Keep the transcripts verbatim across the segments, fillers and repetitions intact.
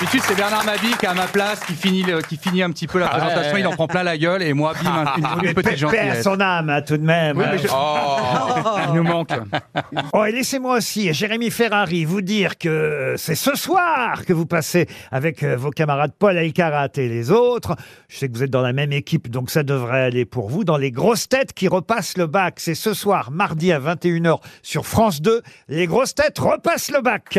D'habitude, c'est Bernard Mabille qui est à ma place, qui finit, le- qui finit un petit peu la Ah, présentation, ouais. il en prend plein la gueule, et moi, bim, une, une, une petite Paix à gentillesse. son âme, hein, tout de même. Oui, mais je- Il nous manque. Oh, et laissez-moi aussi, Jérémy Ferrari, vous dire que c'est ce soir que vous passez avec euh, vos camarades Paul Elkarat et les autres. Je sais que vous êtes dans la même équipe, donc ça devrait aller pour vous. Dans les grosses têtes qui repassent le bac. C'est ce soir, mardi à vingt et une heures sur France deux. Les grosses têtes repassent le bac.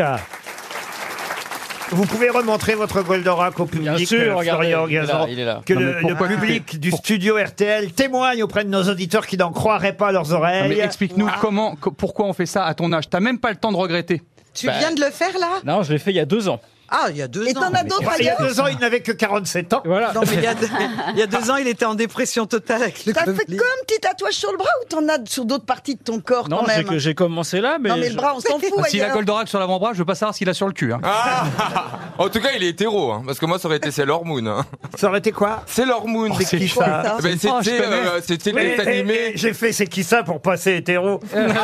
Vous pouvez remontrer votre Goldorak au public, Bien sûr, euh, regardez, Florian il est là, Gazan, il est là. que Non, le, mais pourquoi le tu public fais- du pour- studio R T L témoigne auprès de nos auditeurs qui n'en croiraient pas leurs Non, oreilles. mais explique-nous comment, co- pourquoi on fait ça à ton âge. T'as même pas le temps de regretter. Tu Bah, viens de le faire là Non, je l'ai fait il y a deux ans. Ah, il y a deux Et ans. t'en as d'autres Il y a ailleurs? deux ans, il n'avait que quarante-sept ans. Voilà. Non, mais il y, a deux, il y a deux ans, il était en dépression totale avec le T'as fait Covid. comme petit tatouage sur le bras ou t'en as sur d'autres parties de ton corps Non, quand j'ai même? que- j'ai commencé là, mais. Non mais je- le bras, on s'en fout Ah, S'il a ailleurs. Goldorak sur l'avant-bras, je veux pas savoir s'il a sur le cul. Hein. Ah en tout cas, il est hétéro, hein, parce que moi, ça aurait été Sailor Moon. Hein. Ça aurait été quoi? Sailor Moon. C'est qui Quoi, ça? ça Eh ben, Oh, je c'était connais. euh, c'était le Oui, dessin et- animé. et J'ai fait c'est qui ça pour passer hétéro. Il connaît,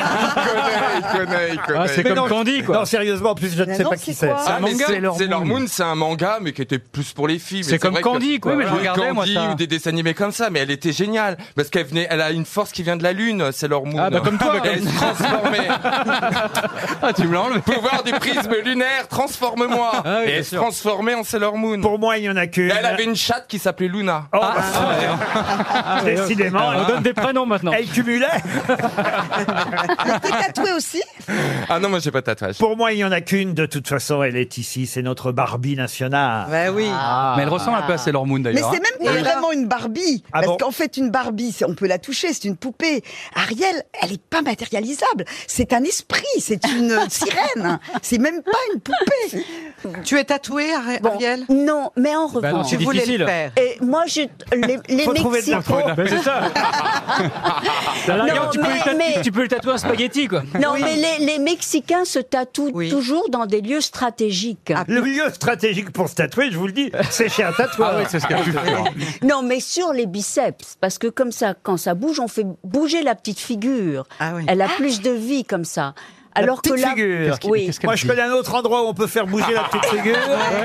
il connaît, il connaît. Ah, c'est Mais comme non, Candy, quoi. Non, sérieusement, en plus, je ne Mais sais non, pas qui c'est c'est. quoi C'est un Ah, mais manga. c'est- Sailor Sailor Moon. Moon, c'est un manga, mais qui était plus pour les filles. Mais C'est comme vrai que- Candy, quoi. Oui, mais je Oui, regardais, moi, Candy ça. ou des dessins animés comme ça, mais elle était géniale parce qu'elle venait, elle a une force qui vient de la lune, Sailor Moon. Ah, bah, comme toi. Elle se transformait. Ah, tu me l'as enlevé. Pouvoir du prisme lunaire, transforme-moi. Ah oui, et bien elle se sûr. transformait en Sailor Moon. Pour moi, il n'y en a qu'une. Et elle avait une chatte qui s'appelait Luna. Oh, bah, Ah, ouais, décidément, On donne des prénoms maintenant. elle cumulait. T'es tatoué aussi? Ah non, moi j'ai pas de tatouage. Pour moi, il n'y en a qu'une. De toute façon, elle est ici. C'est notre Barbie nationale. Ben oui. Mais elle ressemble un peu à Sailor Moon Mais d'ailleurs. c'est hein. même pas Et là- vraiment une Barbie. Ah parce bon qu'en fait, une Barbie, c'est- on peut la toucher, c'est une poupée. Ariel, elle est pas matérialisable. C'est un esprit, c'est une sirène. C'est même pas une poupée. Tu es tatoué, Ari- Bon, Ariel non, mais en Bah non, revanche, c'est Tu voulais difficile. le faire. et moi, je, les, les Faut trouver de Mexicains... l'info. Ben, c'est ça. À la rigueur, Non, tu, peux mais- le tat- mais- tu peux le tatouer en spaghetti, quoi. Non, mais les, les Mexicains se tatouent Oui. toujours dans des lieux stratégiques. Ah, Le lieu stratégique pour se tatouer, je vous le dis, c'est chez un tatoueur. Ah oui, c'est ce qu'elle a pu faire. Non, mais sur les biceps, parce que comme ça, quand ça bouge, on fait bouger la petite figure. Ah oui. Elle a plus de vie comme ça. La Alors petite que là, figure. Qu'est-ce qu'il- oui. qu'est-ce qu'elle Moi, je dit connais un autre endroit où on peut faire bouger la petite figure.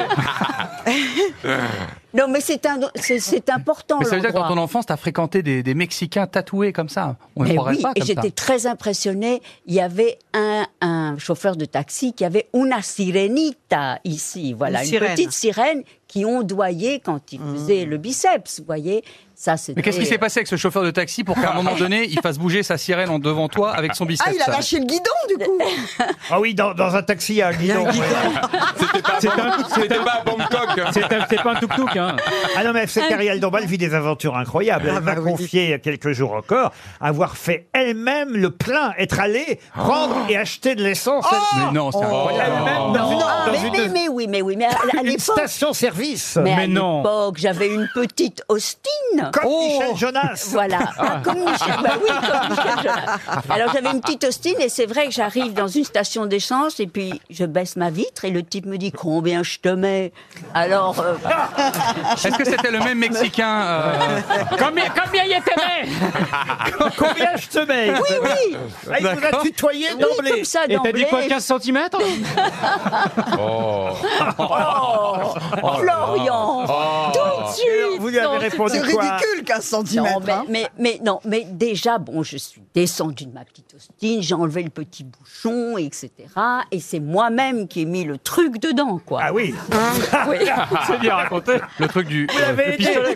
Non, mais c'est un, c'est, c'est important. Mais ça veut dire que dans l'endroit. ton enfance, t'as fréquenté des, des Mexicains tatoués comme ça. On ne Mais croirait oui, pas et comme j'étais ça. très impressionnée. Il y avait un, un chauffeur de taxi qui avait una sirenita ici, voilà, Une une, sirène. petite sirène qui ondoyait quand il faisait le biceps, vous voyez. Ça, c'était... Mais qu'est-ce qui s'est passé avec ce chauffeur de taxi pour qu'à un moment donné, il fasse bouger sa sirène en devant toi avec son biceps? Ah, il a lâché le guidon du coup. Ah oui, dans, dans un taxi, il y a un guidon. ouais. C'était pas, c'était pas à Bangkok. hein. C'est un- c'est pas un tuk-tuk, hein. Ah non, mais c'est qu'Ariel Dombal vit des aventures incroyables. Elle Ah m'a bah oui. confié il y a quelques jours encore avoir fait elle-même le plein, être allée prendre et acheter de l'essence. Mais non, c'est incroyable. Elle-même dans, Non, une, dans mais, une- mais, mais oui, mais oui, mais à, à une l'époque... station-service. Mais, Mais à non. l'époque, j'avais une petite Austin. Comme Oh. Michel Jonas. Voilà, Ah, comme Michel, bah oui, comme Michel Jonas. Alors j'avais une petite Austin et c'est vrai que j'arrive dans une station d'essence et puis je baisse ma vitre et le type me dit combien je te mets. Alors euh, Est-ce que c'était le même Mexicain euh, Combien, combien y était Combien je te mets oui, oui, Ah, il vous a tutoyé oui, d'emblée. comme ça Et t'as d'emblée. dit quoi, quinze centimètres? Oh. Oh, Florian, tout de suite. Vous lui avez Non, répondu C'est quoi ridicule quinze centimètres. Non, mais, hein. mais, mais, non, mais déjà, bon, je suis descendue de ma petite Austin, j'ai enlevé le petit bouchon, et cetera. Et c'est moi-même qui ai mis le truc dedans, quoi. Ah oui. Oui. C'est bien raconté. le truc du Vous l'avez le aidé. pistolet?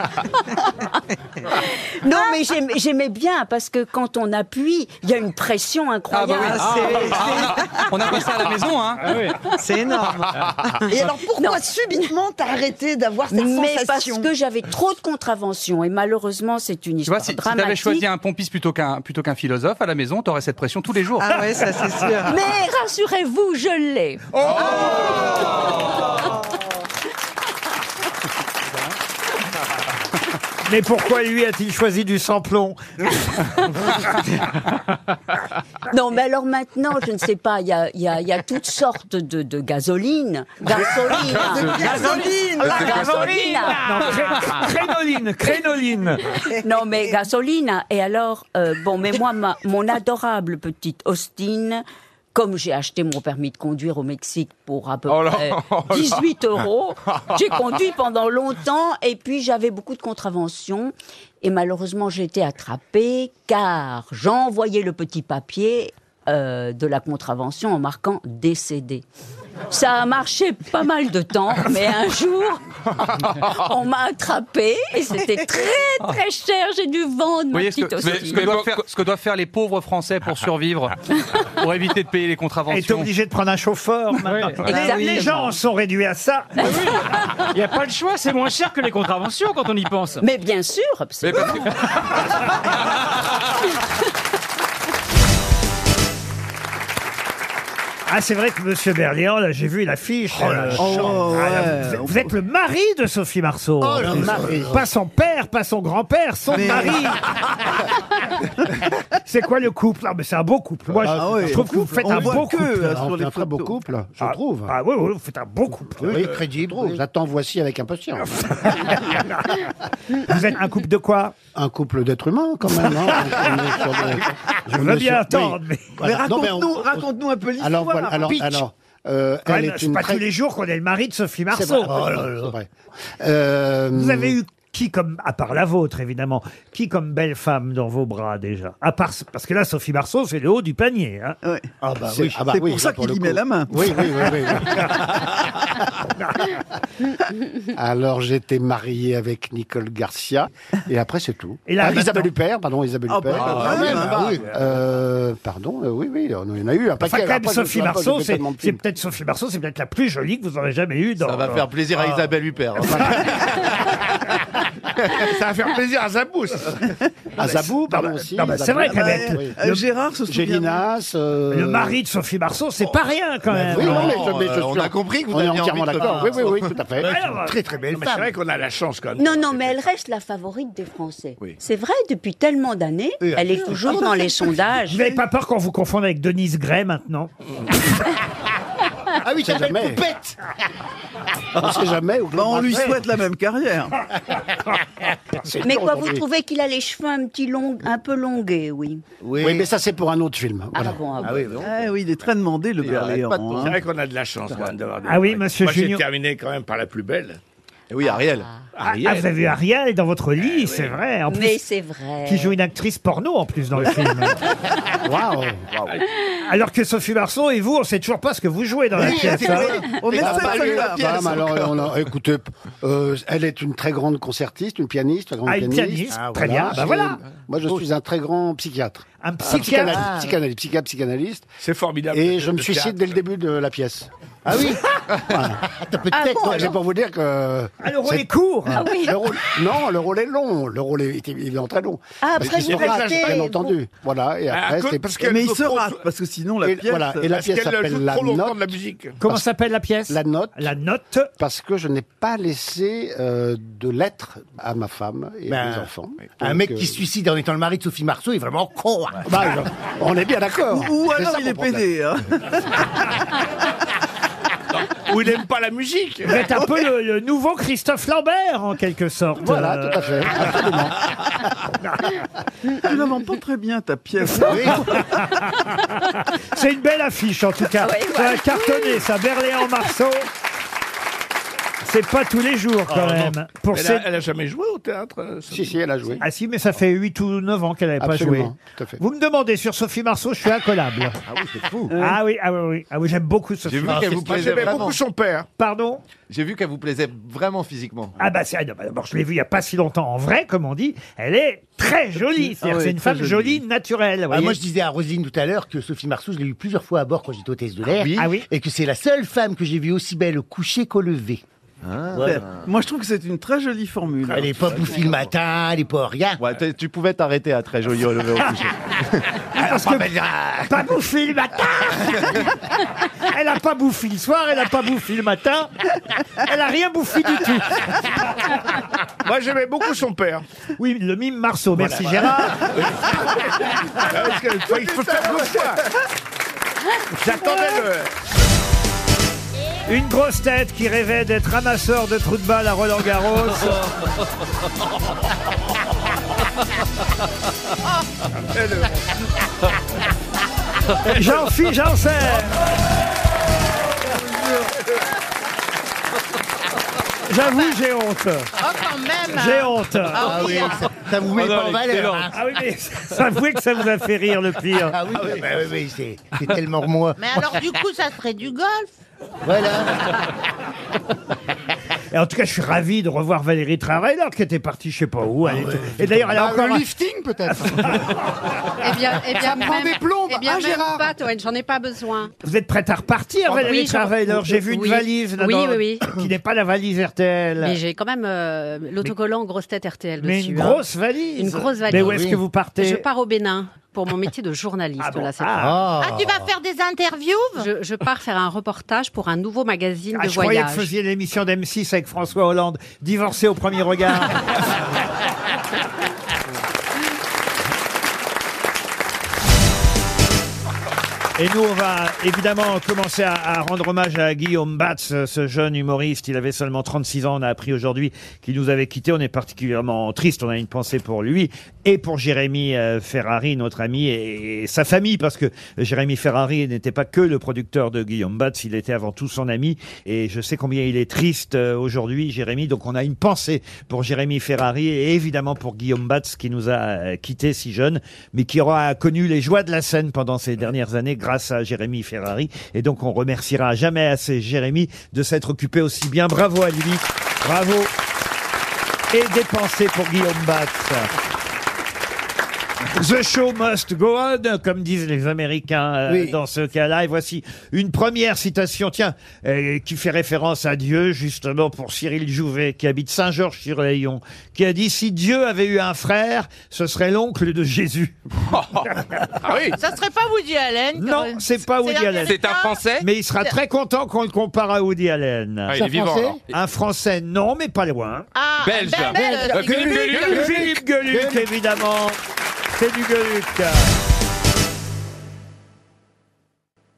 Non, mais j'aimais, j'aimais bien parce que quand on appuie, il y a une pression Ah bah incroyable. oui. Ah, c'est- On a fait ça à la maison, hein. Ah oui. C'est énorme. Et alors pourquoi Non. subitement t'as arrêté d'avoir cette Mais parce sensation? que j'avais trop de contraventions et malheureusement c'est une Tu histoire vois, si, si dramatique. t'avais choisi un pompiste plutôt qu'un plutôt qu'un philosophe à la maison, t'aurais cette pression tous les jours. Ah ouais, ça c'est sûr. Mais rassurez-vous, je l'ai. Mais pourquoi lui a-t-il choisi du sans-plomb? Non, mais alors maintenant, je ne sais pas, il y a, il y a- il y a toutes sortes de, de gasoline. Gasoline. Gasoline. Gasoline. Non, cré- crénoline, crénoline. Non, mais gasoline. Et alors, euh, bon, mais moi, ma- mon adorable petite Austin, comme j'ai acheté mon permis de conduire au Mexique pour à peu Oh là, près oh là. dix-huit euros, j'ai conduit pendant longtemps et puis j'avais beaucoup de contraventions. Et malheureusement, j'ai été attrapée car j'envoyais le petit papier euh, de la contravention en marquant décédé. Ça a marché pas mal de temps, mais un jour, on m'a attrapée et c'était très très cher. J'ai dû vendre Vous ma voyez ce petite que, ce, que- hostie. ce que doivent faire, ce que doivent faire les pauvres Français pour survivre, pour éviter de payer les Elle est contraventions. obligée de prendre un chauffeur maintenant. Exactement. Les gens en sont réduits à ça. Il n'y a pas le choix, c'est moins cher que les contraventions quand on y pense. Mais bien sûr, Mais absolument. parce que- Ah, c'est vrai que Monsieur Berléand, là, j'ai vu l'affiche. euh, Oh, ah, là, ouais. vous, êtes- vous êtes le mari de Sophie Marceau. Oh, le mari. Pas son père, pas son grand-père, son mari. C'est quoi le couple? Ah, mais c'est un beau couple. Moi, je, Ah ouais. je trouve que vous faites On un voit beau que, couple. euh, Ah, sur on fait les un très beau photos. couple, je Ah, trouve. Ah oui, oui, vous faites un beau couple. Oui, crédible. J'attends voici avec impatience. Vous êtes un couple de quoi? Un couple d'êtres humains, quand même. hein. On est sur des- Je on veux est bien sur- attendre, oui. mais Voilà. Mais Non, mais raconte-nous, on- on- raconte-nous un peu l'histoire. Alors, voilà, alors, Pitch. alors euh, quand elle même, est c'est une pas très... tous les jours qu'on est le mari de Sophie C'est Marceau. vrai, c'est vrai. Euh, Vous avez eu qui comme, à part la vôtre évidemment, qui comme belle femme dans vos bras déjà? À part, parce que là, Sophie Marceau, c'est le haut du panier. Hein. Ouais. Ah bah c'est oui, ah bah C'est oui, pour ça là, pour qu'il le y met coup. la main. Oui, oui, oui. oui, oui. Alors j'étais marié avec Nicole Garcia et après c'est tout. Et là, Ah, maintenant- Isabelle Huppert, pardon, Isabelle Ah, Huppert. bah, Ah, oui, oui, bah, bah, oui. Euh, pardon, euh, oui, oui, il y en a eu un Enfin, paquet. quand même, Après, je me Sophie souviens pas, Marceau, j'ai fait c'est tellement de c'est films. peut-être Sophie Marceau, c'est peut-être la plus jolie que vous aurez jamais eue dans. Ça va faire plaisir à Isabelle Huppert. Ça va faire plaisir à Zabous. À Zabou, pardon bah, aussi. non, bah, c'est vrai Zabou. quand même. Oui. Euh, Gérard se souvient. Gélinas. euh, Le mari de Sophie Marceau, c'est pas rien quand même. Oui, non, mais je, Non, mais je euh, on suis- a compris que vous on est aviez entièrement envie de d'accord. Sophie Oui, oui, oui, tout à fait. Alors, Très très belle. Mais c'est vrai qu'on a la chance quand même. Non, non, mais elle reste la favorite des Français. Oui. C'est vrai, depuis tellement d'années, Oui, elle est toujours dans les sondages. vous n'avez pas peur qu'on vous confonde avec Denise Gray maintenant? Ah oui, c'est jamais. Poupette. On sait jamais. Ou Bah, on lui Après. souhaite la même carrière. C'est Mais dur quoi, vous aujourd'hui. trouvez qu'il a les cheveux un petit long, un peu longués, oui. Oui, mais ça c'est pour un autre film. Ah Voilà. bon, ah bon. Ah oui, bon. Ah oui, il est très demandé, le Il arrête Berléand. pas de hein. C'est vrai qu'on a de la chance quand même d'avoir des. Ah oui, monsieur Moi, j'ai Junior. terminé quand même par la plus belle. Et oui, Ariel. Ah, ah, vous avez vu Ariel dans votre lit, c'est vrai. En plus, Mais c'est vrai. qui joue une actrice porno en plus dans le film. Waouh. Alors que Sophie Marceau et vous, on sait toujours pas ce que vous jouez dans la pièce. hein. On essaie Ah, de bah, faire lui, la la pièce. femme, alors, on a- écoutez, euh, elle est une très grande concertiste, une pianiste, une grande Ah, une pianiste. pianiste, très bien. Bah J'ai- voilà. Moi, je suis un très grand psychiatre. Un Un psychiatre. psychanalyste, psychanalyste, psychiatre, psychanalyste. C'est formidable. Et le- je me le suicide théâtre. dès le début de la pièce. Ah oui. Voilà. Ah bon, C'est pour vous dire que. Ah, le rôle c'est- est court. Ah oui. Le rôle- non, le rôle est long. Le rôle est évidemment très long. Ah, Mais après, c'est vous sur rate, restez- bien entendu. Voilà. Et Ah, après, que- c'est parce que- Mais il Elle se joue rate, trop- parce que sinon, la Et pièce... voilà. Et la Parce pièce qu'elle s'appelle joue La trop longtemps Note. de la musique. Comment s'appelle la pièce? La Note. La note. Parce que je n'ai pas laissé euh, de lettres à ma femme et Ben, à mes enfants. Un Donc, mec euh, qui se suicide en étant le mari de Sophie Marceau est vraiment con. hein. bah, je- on est bien d'accord. Ou C'est alors ça il mon est problème. pédé. Hein. Ou il aime pas la musique. Vous êtes un peu le, le nouveau Christophe Lambert en quelque sorte. Voilà, Euh, tout à fait. Absolument. Tu la vends pas très bien, ta pièce. C'est une belle affiche en tout cas. Ouais, Ça a ouais. cartonné, ça, Berléand Marceau. C'est pas tous les jours quand Oh, non. même. Pour Elle, ces- a, elle a jamais joué au théâtre. euh, Si, si, elle a joué. Ah si, mais ça fait huit ou neuf ans qu'elle n'avait pas joué. Absolument, tout à fait. Vous me demandez sur Sophie Marceau, je suis incollable. Ah oui, c'est fou. Ah oui, ah oui, oui. Ah oui, j'aime beaucoup Sophie J'ai vu Marceau. qu'elle vous Moi, plaisait j'aimais vraiment. beaucoup son père. Pardon? J'ai vu qu'elle vous plaisait vraiment physiquement. Ah bah c'est ah, non, bah, d'abord je l'ai vue il y a pas si longtemps en vrai, comme on dit. Elle est très jolie. C'est-à-dire Ah c'est ouais, une très femme jolie. jolie, naturelle. vous Ah, voyez. moi, je disais à Rosine tout à l'heure que Sophie Marceau, je l'ai eu plusieurs fois à bord quand j'étais hôtesse de l'air. oui. Ah oui. Et que c'est la seule femme que j'ai vue aussi belle au coucher qu'au lever. Voilà. Moi, je trouve que c'est une très jolie formule. Elle est pas bouffie le matin, elle est pas rien. Ouais, t'es- tu pouvais t'arrêter à très joli relevé au coucher. Parce que pas bouffé le matin. Elle a pas bouffé le soir, elle a pas bouffé le matin. Elle a rien bouffé du tout. Moi, j'aimais beaucoup son père. Oui, le mime Marceau. Merci Gérard. Ah, parce que, faut- il faut faire deux fois. J'attendais le. Une grosse tête qui rêvait d'être ramasseur de trous de balle à Roland Garros. Jean-Philippe Janssen. J'avoue, j'ai honte. Oh, quand même. J'ai honte. Ah oui, ça, ça vous met Oh non, pas en elle est valeur. excellente. hein. Ah oui, mais avouez que ça vous a fait rire le pire. Ah oui, bah oui, oui, c'est c'est tellement moi. Mais alors, du coup, ça serait du golf. Voilà. Et en tout cas, je suis ravi de revoir Valérie Trierweiler qui était partie, je sais pas où. Elle était- Et d'ailleurs, elle a Ah, encore. le lifting, peut-être. Eh bien, eh bien, prend même, des plombes. Eh bien, Ah, même Gérard. pas, Toen, j'en ai pas besoin. Vous êtes prête à repartir, Valérie Oui, je- Trierweiler? J'ai vu une oui. valise là, Oui, dans- oui, oui. qui n'est pas la valise R T L. Mais j'ai quand même euh, l'autocollant grosse tête R T L Mais dessus. une hein. grosse valise. Une grosse valise. Mais où est-ce Oui. que vous partez? Je pars au Bénin pour mon métier de journaliste. Ah bon, là, cette ah. fois. Ah, tu vas faire des interviews? Je, je pars faire un reportage pour un nouveau magazine Ah, de je croyais que voyage. vous faisiez l'émission d'M six avec François Hollande, divorcé au premier regard. Et nous, on va évidemment commencer à, à rendre hommage à Guillaume Batz, ce jeune humoriste. Il avait seulement trente-six ans. On a appris aujourd'hui qu'il nous avait quittés. On est particulièrement triste. On a une pensée pour lui et pour Jérémy euh, Ferrari, notre ami, et, et sa famille, parce que Jérémy Ferrari n'était pas que le producteur de Guillaume Batz. Il était avant tout son ami. Et je sais combien il est triste euh, aujourd'hui, Jérémy. Donc on a une pensée pour Jérémy Ferrari et évidemment pour Guillaume Batz qui nous a euh, quittés si jeune, mais qui aura connu les joies de la scène pendant ces dernières années grâce à Jérémy Ferrari. Et donc, on remerciera jamais assez Jérémy de s'être occupé aussi bien. Bravo à lui. Bravo. Et des pensées pour Guillaume Batz. The show must go on, comme disent les Américains euh, Oui. dans ce cas-là. Et voici une première citation, tiens, euh, qui fait référence à Dieu, justement, pour Cyril Jouvet, qui habite Saint-Georges-sur-Layon, qui a dit « Si Dieu avait eu un frère, ce serait l'oncle de Jésus. » Ah oui. Ça serait pas Woody Allen? Non, c'est pas Woody Allen. C'est un Français? Mais il sera très content qu'on le compare à Woody Allen. Ah, il C'est est vivant, français alors. Un Français, non, mais pas loin. Ah, Belge. Belge. Euh, Gueuluc. Philippe Gueluc, évidemment. C'est du Gueluc.